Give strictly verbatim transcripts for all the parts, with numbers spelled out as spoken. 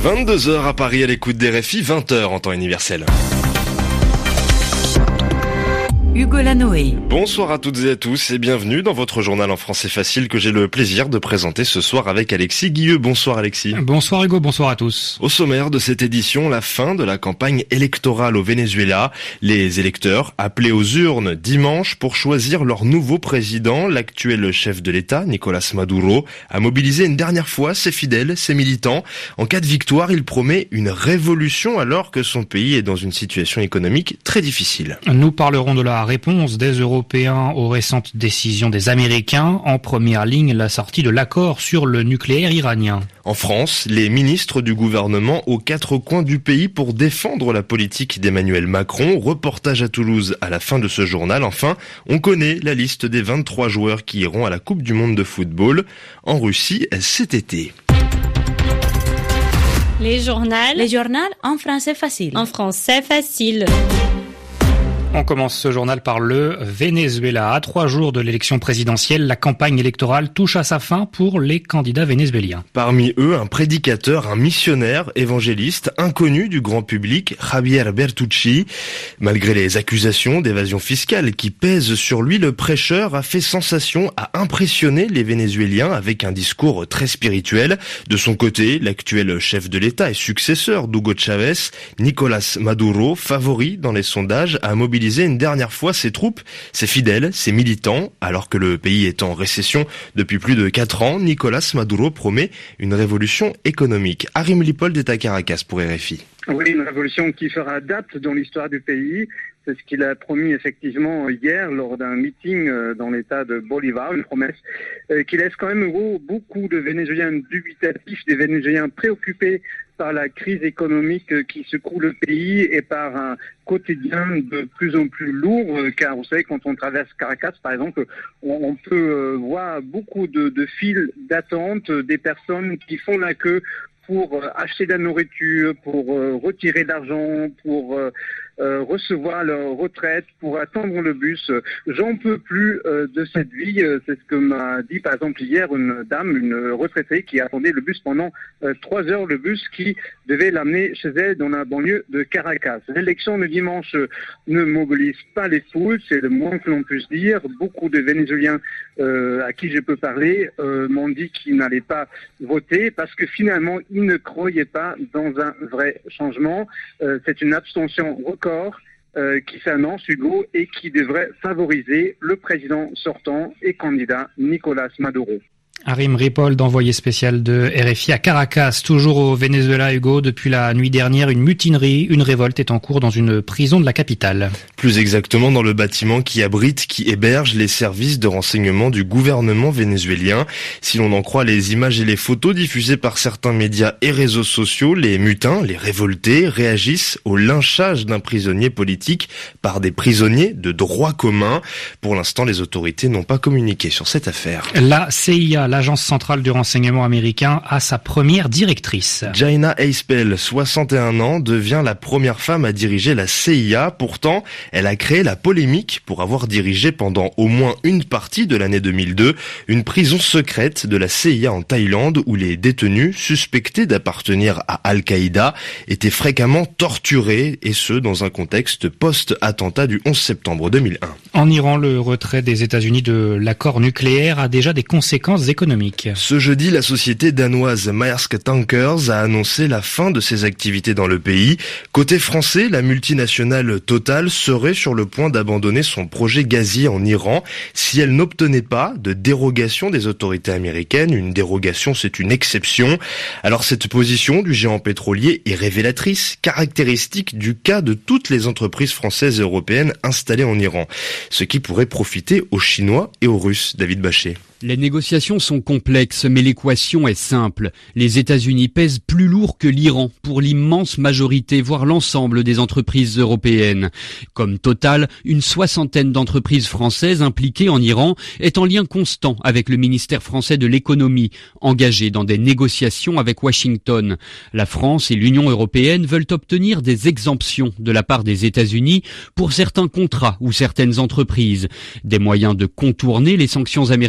vingt-deux heures à Paris à l'écoute des R F I, vingt heures en temps universel. Hugo Lanoé. Bonsoir à toutes et à tous et bienvenue dans votre journal en français facile que j'ai le plaisir de présenter ce soir avec Alexis Guilleux. Bonsoir Alexis. Bonsoir Hugo, bonsoir à tous. Au sommaire de cette édition, la fin de la campagne électorale au Venezuela. Les électeurs appelés aux urnes dimanche pour choisir leur nouveau président. L'actuel chef de l'État, Nicolás Maduro, a mobilisé une dernière fois ses fidèles, ses militants. En cas de victoire, il promet une révolution alors que son pays est dans une situation économique très difficile. Nous parlerons de la réponse des Européens aux récentes décisions des Américains. En première ligne, la sortie de l'accord sur le nucléaire iranien. En France, les ministres du gouvernement aux quatre coins du pays pour défendre la politique d'Emmanuel Macron. Reportage à Toulouse à la fin de ce journal. Enfin, on connaît la liste des vingt-trois joueurs qui iront à la Coupe du monde de football en Russie cet été. Les journaux. Les journaux en français facile. En français facile. On commence ce journal par le Venezuela. À trois jours de l'élection présidentielle, la campagne électorale touche à sa fin pour les candidats vénézuéliens. Parmi eux, un prédicateur, un missionnaire, évangéliste, inconnu du grand public, Javier Bertucci. Malgré les accusations d'évasion fiscale qui pèsent sur lui, le prêcheur a fait sensation, a impressionné les Vénézuéliens avec un discours très spirituel. De son côté, l'actuel chef de l'État et successeur d'Hugo Chavez, Nicolás Maduro, favori dans les sondages, a mobilisé une dernière fois ses troupes, ses fidèles, ses militants. Alors que le pays est en récession depuis plus de quatre ans, Nicolás Maduro promet une révolution économique. Arim Lipold est à Caracas pour R F I. Oui, une révolution qui fera date dans l'histoire du pays. C'est ce qu'il a promis effectivement hier lors d'un meeting dans l'état de Bolivar, une promesse qui laisse quand même beaucoup de Vénézuéliens dubitatifs, des Vénézuéliens préoccupés par la crise économique qui secoue le pays et par un quotidien de plus en plus lourd, car vous savez, quand on traverse Caracas, par exemple, on, on peut voir beaucoup de, de files d'attente, des personnes qui font la queue pour acheter de la nourriture, pour retirer de l'argent, pour euh, recevoir leur retraite, pour attendre le bus. J'en peux plus euh, de cette vie. C'est ce que m'a dit par exemple hier une dame, une retraitée qui attendait le bus pendant euh, trois heures, le bus qui devait l'amener chez elle dans la banlieue de Caracas. L'élection de dimanche ne mobilise pas les foules, c'est le moins que l'on puisse dire. Beaucoup de Vénézuéliens euh, à qui je peux parler euh, m'ont dit qu'ils n'allaient pas voter parce que finalement ils ne croyaient pas dans un vrai changement. Euh, c'est une abstention record euh, qui s'annonce, Hugo, et qui devrait favoriser le président sortant et candidat Nicolás Maduro. Arim Ripold, envoyé spécial de R F I à Caracas, toujours au Venezuela, Hugo. Depuis la nuit dernière, une mutinerie, une révolte est en cours dans une prison de la capitale. Plus exactement dans le bâtiment qui abrite, qui héberge les services de renseignement du gouvernement vénézuélien. Si l'on en croit les images et les photos diffusées par certains médias et réseaux sociaux, les mutins, les révoltés, réagissent au lynchage d'un prisonnier politique par des prisonniers de droit commun. Pour l'instant, les autorités n'ont pas communiqué sur cette affaire. La C I A, l'agence centrale du renseignement américain, a sa première directrice. Jaina Eispel, soixante et un ans, devient la première femme à diriger la C I A. Pourtant, elle a créé la polémique pour avoir dirigé pendant au moins une partie de l'année deux mille deux une prison secrète de la C I A en Thaïlande où les détenus suspectés d'appartenir à Al-Qaïda étaient fréquemment torturés, et ce dans un contexte post-attentat du onze septembre deux mille un. En Iran, le retrait des États-Unis de l'accord nucléaire a déjà des conséquences économiques. Ce jeudi, la société danoise Maersk Tankers a annoncé la fin de ses activités dans le pays. Côté français, la multinationale Total serait sur le point d'abandonner son projet gazier en Iran si elle n'obtenait pas de dérogation des autorités américaines. Une dérogation, c'est une exception. Alors cette position du géant pétrolier est révélatrice, caractéristique du cas de toutes les entreprises françaises et européennes installées en Iran, ce qui pourrait profiter aux Chinois et aux Russes. David Bachet. Les négociations sont complexes, mais l'équation est simple. Les États-Unis pèsent plus lourd que l'Iran pour l'immense majorité, voire l'ensemble des entreprises européennes. Comme Total, une soixantaine d'entreprises françaises impliquées en Iran est en lien constant avec le ministère français de l'économie, engagé dans des négociations avec Washington. La France et l'Union européenne veulent obtenir des exemptions de la part des États-Unis pour certains contrats ou certaines entreprises. Des moyens de contourner les sanctions américaines sont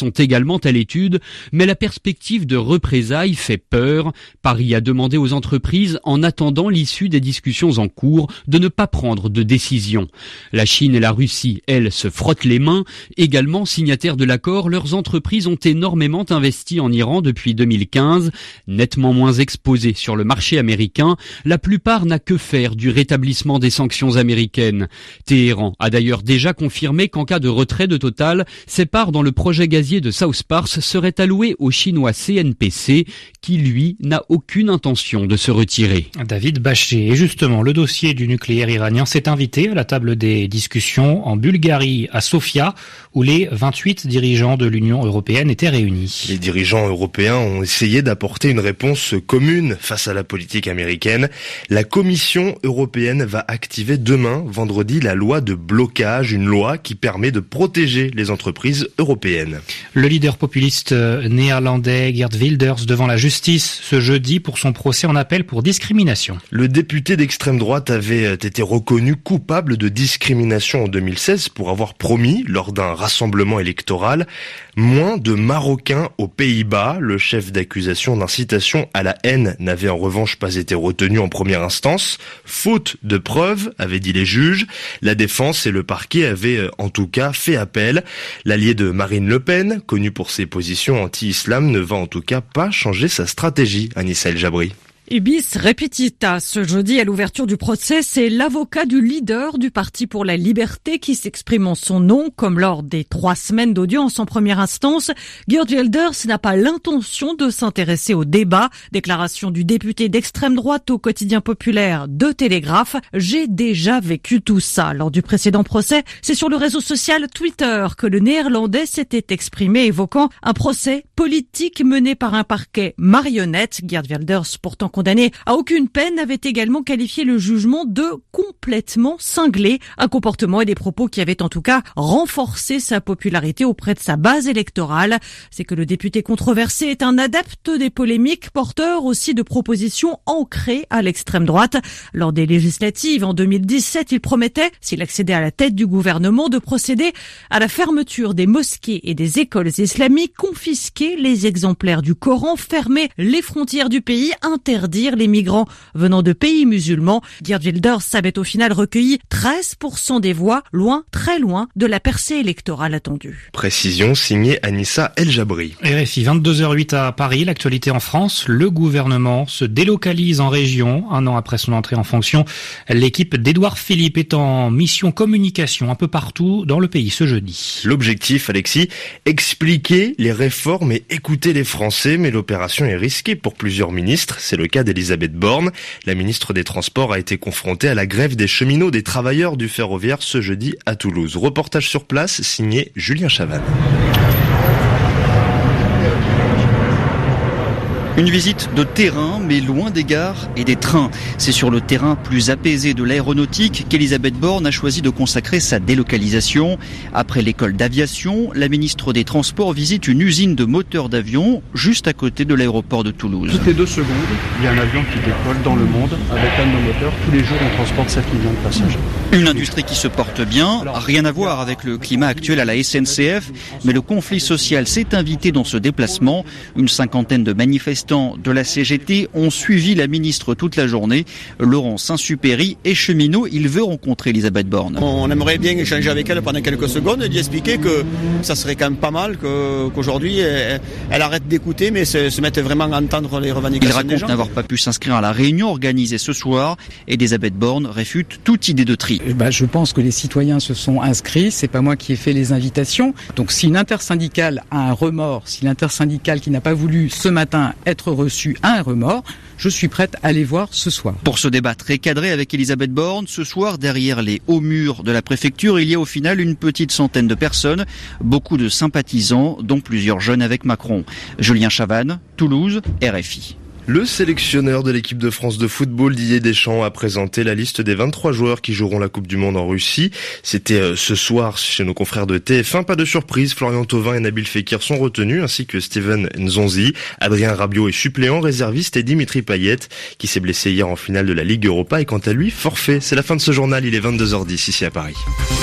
sont également à l'étude, mais la perspective de représailles fait peur. Paris a demandé aux entreprises, en attendant l'issue des discussions en cours, de ne pas prendre de décision. La Chine et la Russie, elles, se frottent les mains. Également signataires de l'accord, leurs entreprises ont énormément investi en Iran depuis deux mille quinze. Nettement moins exposées sur le marché américain, la plupart n'a que faire du rétablissement des sanctions américaines. Téhéran a d'ailleurs déjà confirmé qu'en cas de retrait de Total, ses parts dans le projet gazier de South Pars seraient allouées au chinois C N P C, qui lui n'a aucune intention de se retirer. David Bachet. Et justement, le dossier du nucléaire iranien s'est invité à la table des discussions en Bulgarie, à Sofia, où les vingt-huit dirigeants de l'Union européenne étaient réunis. Les dirigeants européens ont essayé d'apporter une réponse commune face à la politique américaine. La Commission européenne va activer demain, vendredi, la loi de blocage, une loi qui permet de protéger les entreprises européennes. Le leader populiste néerlandais Geert Wilders devant la justice ce jeudi pour son procès en appel pour discrimination. Le député d'extrême droite avait été reconnu coupable de discrimination en deux mille seize pour avoir promis, lors d'un rassemblement électoral, moins de Marocains aux Pays-Bas. Le chef d'accusation d'incitation à la haine n'avait en revanche pas été retenu en première instance. Faute de preuves, avaient dit les juges. La défense et le parquet avaient en tout cas fait appel. L'allié de Marine Le Pen, connu pour ses positions anti-islam, ne va en tout cas pas changer sa stratégie. Anissa El Jabri. Ibis repetita. Ce jeudi, à l'ouverture du procès, c'est l'avocat du leader du Parti pour la Liberté qui s'exprime en son nom, comme lors des trois semaines d'audience en première instance. Geert Wilders n'a pas l'intention de s'intéresser au débat. Déclaration du député d'extrême droite au quotidien populaire de Télégraphe. J'ai déjà vécu tout ça. Lors du précédent procès, c'est sur le réseau social Twitter que le néerlandais s'était exprimé, évoquant un procès politique mené par un parquet marionnette. Geert Wilders, pourtant condamné à aucune peine, avait également qualifié le jugement de complètement cinglé. Un comportement et des propos qui avaient en tout cas renforcé sa popularité auprès de sa base électorale. C'est que le député controversé est un adepte des polémiques, porteur aussi de propositions ancrées à l'extrême droite. Lors des législatives en deux mille dix-sept, il promettait, s'il accédait à la tête du gouvernement, de procéder à la fermeture des mosquées et des écoles islamiques, confisquer les exemplaires du Coran, fermer les frontières du pays, interdire les migrants venant de pays musulmans. Geert Wilders avait au final recueilli treize pour cent des voix, loin, très loin de la percée électorale attendue. Précision signée Anissa El Jabri. R F I, vingt-deux heures huit à Paris, l'actualité en France. Le gouvernement se délocalise en région. Un an après son entrée en fonction, l'équipe d'Édouard Philippe est en mission communication un peu partout dans le pays ce jeudi. L'objectif, Alexis, expliquer les réformes et écouter les Français. Mais l'opération est risquée pour plusieurs ministres. C'est le cas d'Elisabeth Borne. La ministre des Transports a été confrontée à la grève des cheminots, des travailleurs du ferroviaire ce jeudi à Toulouse. Reportage sur place signé Julien Chavannes. Une visite de terrain, mais loin des gares et des trains. C'est sur le terrain plus apaisé de l'aéronautique qu'Elisabeth Borne a choisi de consacrer sa délocalisation. Après l'école d'aviation, la ministre des Transports visite une usine de moteurs d'avion juste à côté de l'aéroport de Toulouse. Toutes les deux secondes, il y a un avion qui décolle dans le monde avec un de nos moteurs. Tous les jours, on transporte sept millions de passagers. Une industrie qui se porte bien, rien à voir avec le climat actuel à la S N C F, mais le conflit social s'est invité dans ce déplacement. Une cinquantaine de manifestants de la C G T ont suivi la ministre toute la journée. Laurent Saint-Supéry est cheminot, il veut rencontrer Elisabeth Borne. On aimerait bien échanger avec elle pendant quelques secondes et lui expliquer que ça serait quand même pas mal que, qu'aujourd'hui elle, elle arrête d'écouter mais se, se mette vraiment à entendre les revendications des gens. Il raconte n'avoir pas pu s'inscrire à la réunion organisée ce soir. Elisabeth Borne réfute toute idée de tri. Bah, je pense que les citoyens se sont inscrits, c'est pas moi qui ai fait les invitations. Donc si une intersyndicale a un remords, si l'intersyndicale qui n'a pas voulu ce matin être reçu a un remords, je suis prête à les voir ce soir. Pour ce débat très cadré avec Elisabeth Borne, ce soir, derrière les hauts murs de la préfecture, il y a au final une petite centaine de personnes, beaucoup de sympathisants, dont plusieurs jeunes avec Macron. Julien Chavannes, Toulouse, R F I. Le sélectionneur de l'équipe de France de football, Didier Deschamps, a présenté la liste des vingt-trois joueurs qui joueront la Coupe du Monde en Russie. C'était ce soir chez nos confrères de T F un. Pas de surprise, Florian Thauvin et Nabil Fekir sont retenus, ainsi que Steven Nzonzi. Adrien Rabiot est suppléant, réserviste, et Dimitri Payet, qui s'est blessé hier en finale de la Ligue Europa, est quant à lui forfait. C'est la fin de ce journal, il est vingt-deux heures dix ici à Paris.